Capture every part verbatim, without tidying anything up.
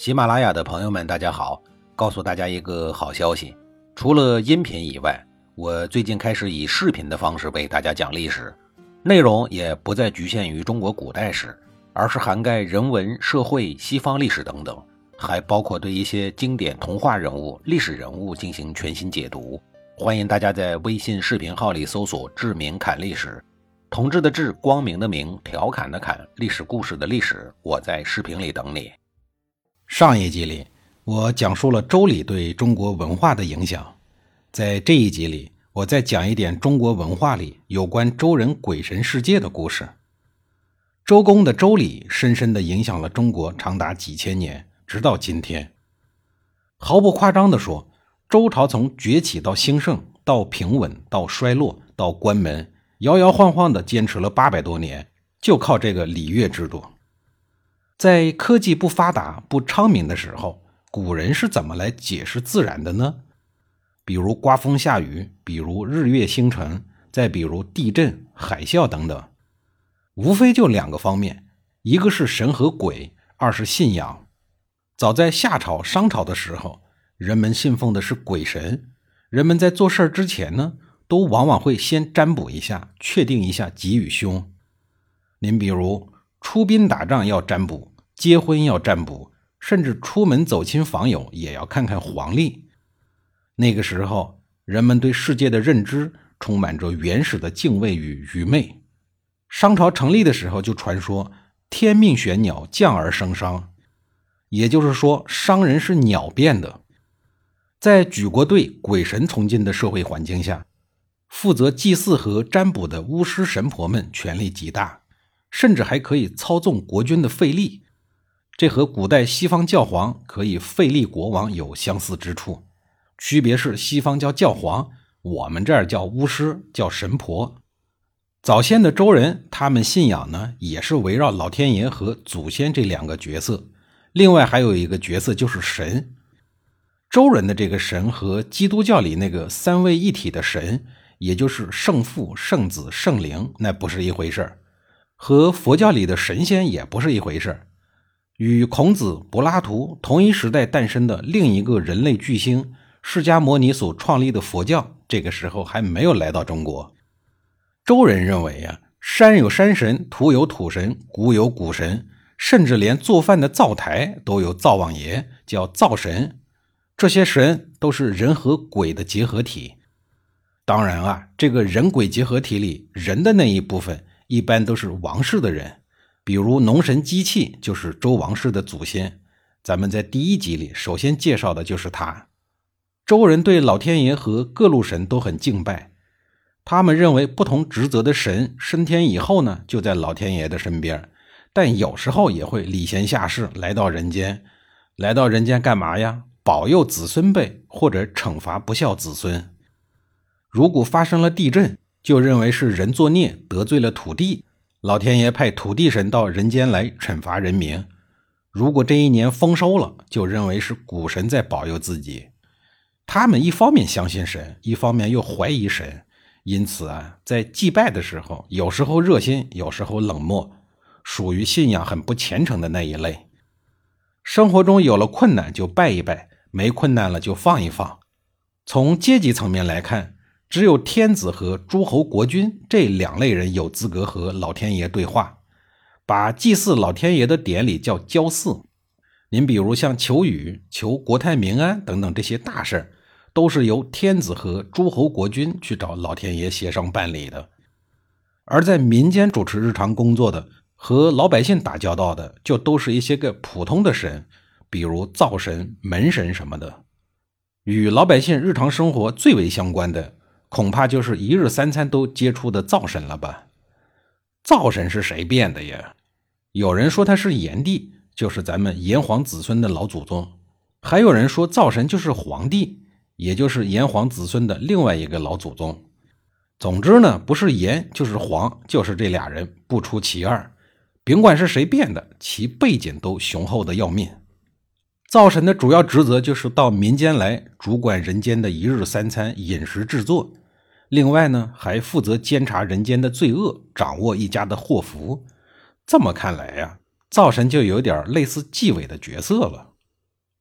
喜马拉雅的朋友们大家好，告诉大家一个好消息，除了音频以外，我最近开始以视频的方式为大家讲历史，内容也不再局限于中国古代史，而是涵盖人文、社会、西方历史等等，还包括对一些经典童话人物、历史人物进行全新解读。欢迎大家在微信视频号里搜索志明侃历史，同志的志，光明的明，调侃的侃，历史故事的历史，我在视频里等你。上一集里我讲述了周礼对中国文化的影响，在这一集里我再讲一点中国文化里有关周人鬼神世界的故事。周公的周礼深深地影响了中国长达几千年，直到今天。毫不夸张地说，周朝从崛起到兴盛，到平稳，到衰落，到关门，摇摇晃晃地坚持了八百多年，就靠这个礼乐制度。在科技不发达、不昌明的时候，古人是怎么来解释自然的呢？比如刮风下雨，比如日月星辰，再比如地震、海啸等等。无非就两个方面，一个是神和鬼，二是信仰。早在夏朝、商朝的时候，人们信奉的是鬼神，人们在做事之前呢，都往往会先占卜一下，确定一下吉与凶。您比如出兵打仗要占卜，结婚要占卜，甚至出门走亲访友也要看看黄历。那个时候，人们对世界的认知充满着原始的敬畏与愚昧。商朝成立的时候就传说天命玄鸟，降而生商，也就是说商人是鸟变的。在举国对鬼神崇敬的社会环境下，负责祭祀和占卜的巫师神婆们权力极大，甚至还可以操纵国君的废立。这和古代西方教皇可以废立国王有相似之处，区别是西方叫教皇，我们这儿叫巫师，叫神婆。早先的周人，他们信仰呢，也是围绕老天爷和祖先这两个角色，另外还有一个角色就是神。周人的这个神和基督教里那个三位一体的神，也就是圣父、圣子、圣灵，那不是一回事儿，和佛教里的神仙也不是一回事儿。与孔子、柏拉图同一时代诞生的另一个人类巨星释迦牟尼所创立的佛教，这个时候还没有来到中国。周人认为啊，山有山神，土有土神，谷有谷神，甚至连做饭的灶台都有灶王爷，叫灶神。这些神都是人和鬼的结合体。当然啊，这个人鬼结合体里，人的那一部分一般都是王室的人，比如农神机器就是周王室的祖先，咱们在第一集里首先介绍的就是他。周人对老天爷和各路神都很敬拜，他们认为不同职责的神升天以后呢，就在老天爷的身边，但有时候也会礼贤下士来到人间。来到人间干嘛呀？保佑子孙辈，或者惩罚不孝子孙。如果发生了地震，就认为是人作孽得罪了土地，老天爷派土地神到人间来惩罚人民。如果这一年丰收了，就认为是谷神在保佑自己。他们一方面相信神，一方面又怀疑神，因此啊，在祭拜的时候，有时候热心，有时候冷漠，属于信仰很不虔诚的那一类。生活中有了困难就拜一拜，没困难了就放一放。从阶级层面来看，只有天子和诸侯国君这两类人有资格和老天爷对话，把祭祀老天爷的典礼叫交祀。您比如像求雨、求国泰民安等等这些大事，都是由天子和诸侯国君去找老天爷协商办理的。而在民间主持日常工作的，和老百姓打交道的，就都是一些个普通的神，比如灶神、门神什么的。与老百姓日常生活最为相关的，恐怕就是一日三餐都接触的灶神了吧。灶神是谁变的呀？有人说他是炎帝，就是咱们炎黄子孙的老祖宗。还有人说灶神就是黄帝，也就是炎黄子孙的另外一个老祖宗。总之呢，不是炎就是黄，就是这俩人，不出其二。甭管是谁变的，其背景都雄厚的要命。灶神的主要职责就是到民间来主管人间的一日三餐饮食制作，另外呢，还负责监察人间的罪恶，掌握一家的祸福。这么看来呀，灶神就有点类似纪委的角色了。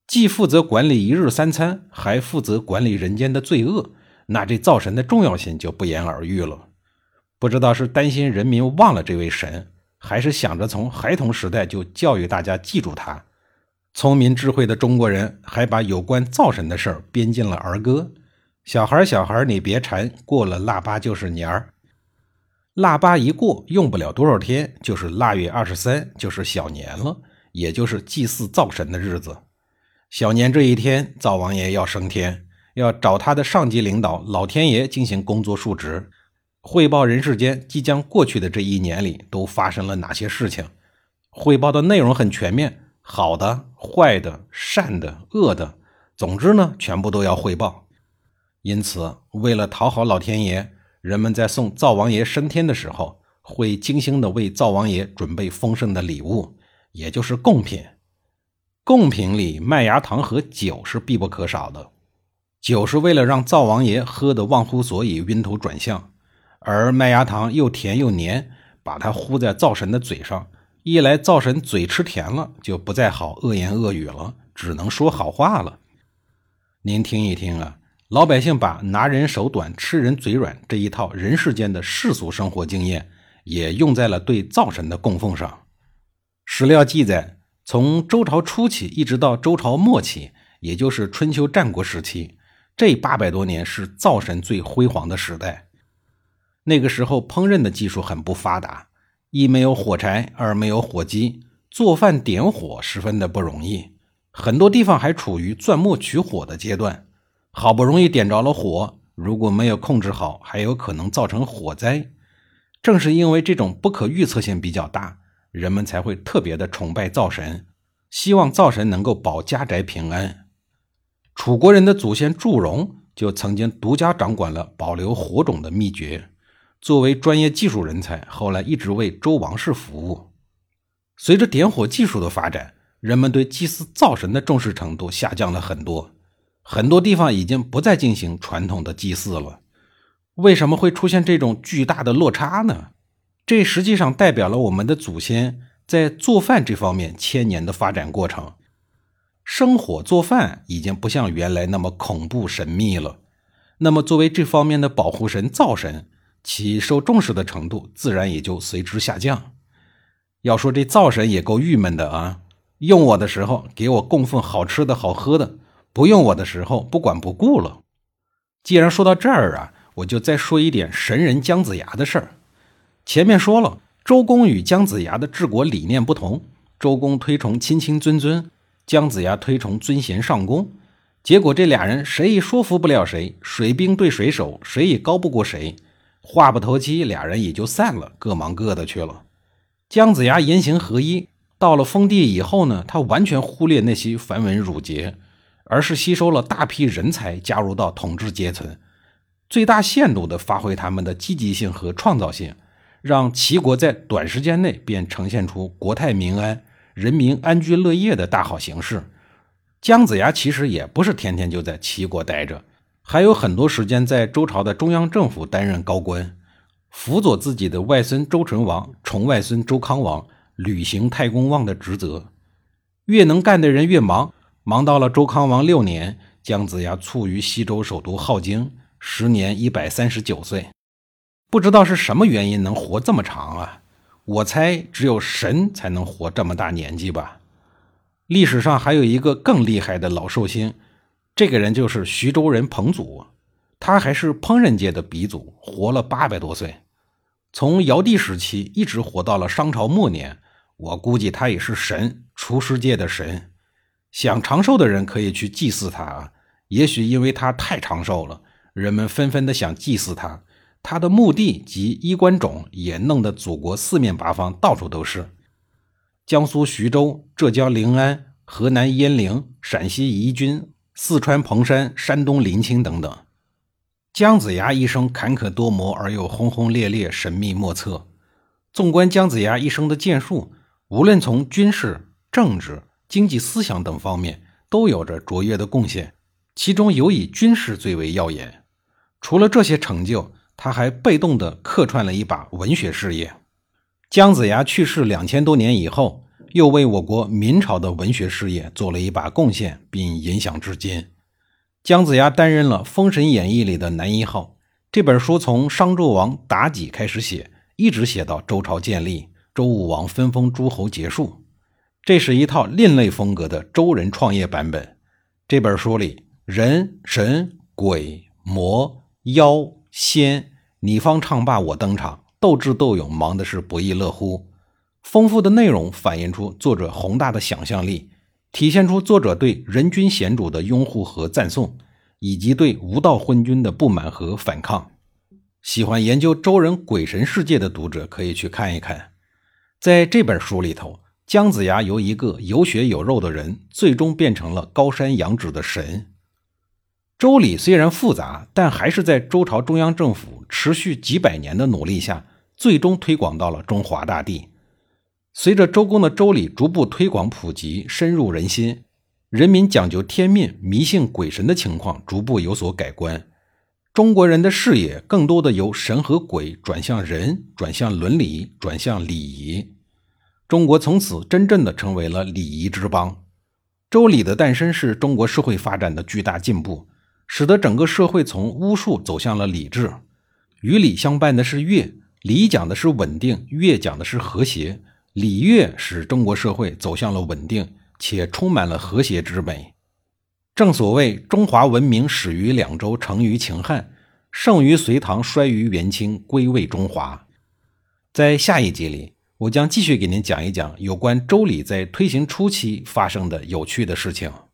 既负责管理一日三餐，还负责管理人间的罪恶，那这灶神的重要性就不言而喻了。不知道是担心人民忘了这位神，还是想着从孩童时代就教育大家记住他。聪明智慧的中国人还把有关灶神的事儿编进了儿歌。小孩小孩你别馋，过了腊八就是年儿。腊八一过，用不了多少天，就是腊月二十三，就是小年了，也就是祭祀灶神的日子。小年这一天，灶王爷要升天，要找他的上级领导老天爷进行工作述职，汇报人世间即将过去的这一年里都发生了哪些事情。汇报的内容很全面，好的、坏的、善的、恶的，总之呢，全部都要汇报。因此，为了讨好老天爷，人们在送灶王爷升天的时候，会精心的为灶王爷准备丰盛的礼物，也就是贡品。贡品里麦芽糖和酒是必不可少的。酒是为了让灶王爷喝得忘乎所以、晕头转向，而麦芽糖又甜又黏，把它糊在灶神的嘴上，一来灶神嘴吃甜了，就不再好恶言恶语了，只能说好话了。您听一听啊，老百姓把拿人手短吃人嘴软这一套人世间的世俗生活经验也用在了对灶神的供奉上。史料记载，从周朝初期一直到周朝末期，也就是春秋战国时期，这八百多年是灶神最辉煌的时代。那个时候烹饪的技术很不发达，一没有火柴，二没有火机，做饭点火十分的不容易，很多地方还处于钻木取火的阶段。好不容易点着了火，如果没有控制好，还有可能造成火灾。正是因为这种不可预测性比较大，人们才会特别的崇拜灶神，希望灶神能够保家宅平安。楚国人的祖先祝融就曾经独家掌管了保留火种的秘诀，作为专业技术人才，后来一直为周王室服务。随着点火技术的发展，人们对祭祀灶神的重视程度下降了很多，很多地方已经不再进行传统的祭祀了。为什么会出现这种巨大的落差呢？这实际上代表了我们的祖先在做饭这方面千年的发展过程。生火做饭已经不像原来那么恐怖神秘了，那么作为这方面的保护神灶神，其受重视的程度自然也就随之下降。要说这灶神也够郁闷的啊，用我的时候给我供奉好吃的好喝的，不用我的时候不管不顾了。既然说到这儿啊，我就再说一点神人姜子牙的事儿。前面说了，周公与姜子牙的治国理念不同，周公推崇亲亲尊尊，姜子牙推崇尊贤上公，结果这俩人谁也说服不了谁，水兵对水手，谁也高不过谁，话不投机，俩人也就散了，各忙各的去了。姜子牙言行合一，到了封地以后呢，他完全忽略那些繁文缛节，而是吸收了大批人才加入到统治阶层，最大限度地发挥他们的积极性和创造性，让齐国在短时间内便呈现出国泰民安、人民安居乐业的大好形势。姜子牙其实也不是天天就在齐国待着，还有很多时间在周朝的中央政府担任高官，辅佐自己的外孙周成王、重外孙周康王履行太公望的职责。越能干的人越忙，忙到了周康王六年，姜子牙卒于西周首都镐京，时年一百三十九岁。不知道是什么原因能活这么长啊？我猜只有神才能活这么大年纪吧。历史上还有一个更厉害的老寿星，这个人就是徐州人彭祖，他还是烹饪界的鼻祖，活了八百多岁。从尧帝时期一直活到了商朝末年，我估计他也是神，厨师界的神。想长寿的人可以去祭祀他啊，也许因为他太长寿了，人们纷纷的想祭祀他，他的墓地及衣冠冢也弄得祖国四面八方到处都是。江苏徐州、浙江临安、河南鄢陵、陕西宜君、四川彭山、山东临清等等。姜子牙一生坎坷多磨而又轰轰烈烈，神秘莫测。纵观姜子牙一生的建树，无论从军事、政治、经济思想等方面都有着卓越的贡献，其中尤以军事最为耀眼。除了这些成就，他还被动地客串了一把文学事业。姜子牙去世两千多年以后， 又为我国明朝的文学事业做了一把贡献，并影响至今。姜子牙担任了《封神演义》里的男一号，这本书从商纣王妲己开始写，一直写到周朝建立，周武王分封诸侯结束。这是一套另类风格的周人创业版本。这本书里，人、神、鬼、魔、妖、仙，你方唱罢我登场，斗智斗勇，忙的是不亦乐乎。丰富的内容反映出作者宏大的想象力，体现出作者对人君贤主的拥护和赞颂，以及对无道昏君的不满和反抗。喜欢研究周人鬼神世界的读者可以去看一看。在这本书里头，姜子牙由一个有血有肉的人，最终变成了高山仰止的神。周礼虽然复杂，但还是在周朝中央政府持续几百年的努力下，最终推广到了中华大地。随着周公的周礼逐步推广普及，深入人心，人民讲究天命、迷信鬼神的情况逐步有所改观。中国人的视野更多的由神和鬼转向人，转向伦理，转向礼仪。中国从此真正的成为了礼仪之邦。周礼的诞生是中国社会发展的巨大进步，使得整个社会从巫术走向了礼制。与礼相伴的是乐，礼讲的是稳定，乐讲的是和谐。礼乐使中国社会走向了稳定，且充满了和谐之美。正所谓中华文明始于两周，成于秦汉，盛于隋唐，衰于元清，归为中华。在下一集里，我将继续给您讲一讲有关周礼在推行初期发生的有趣的事情。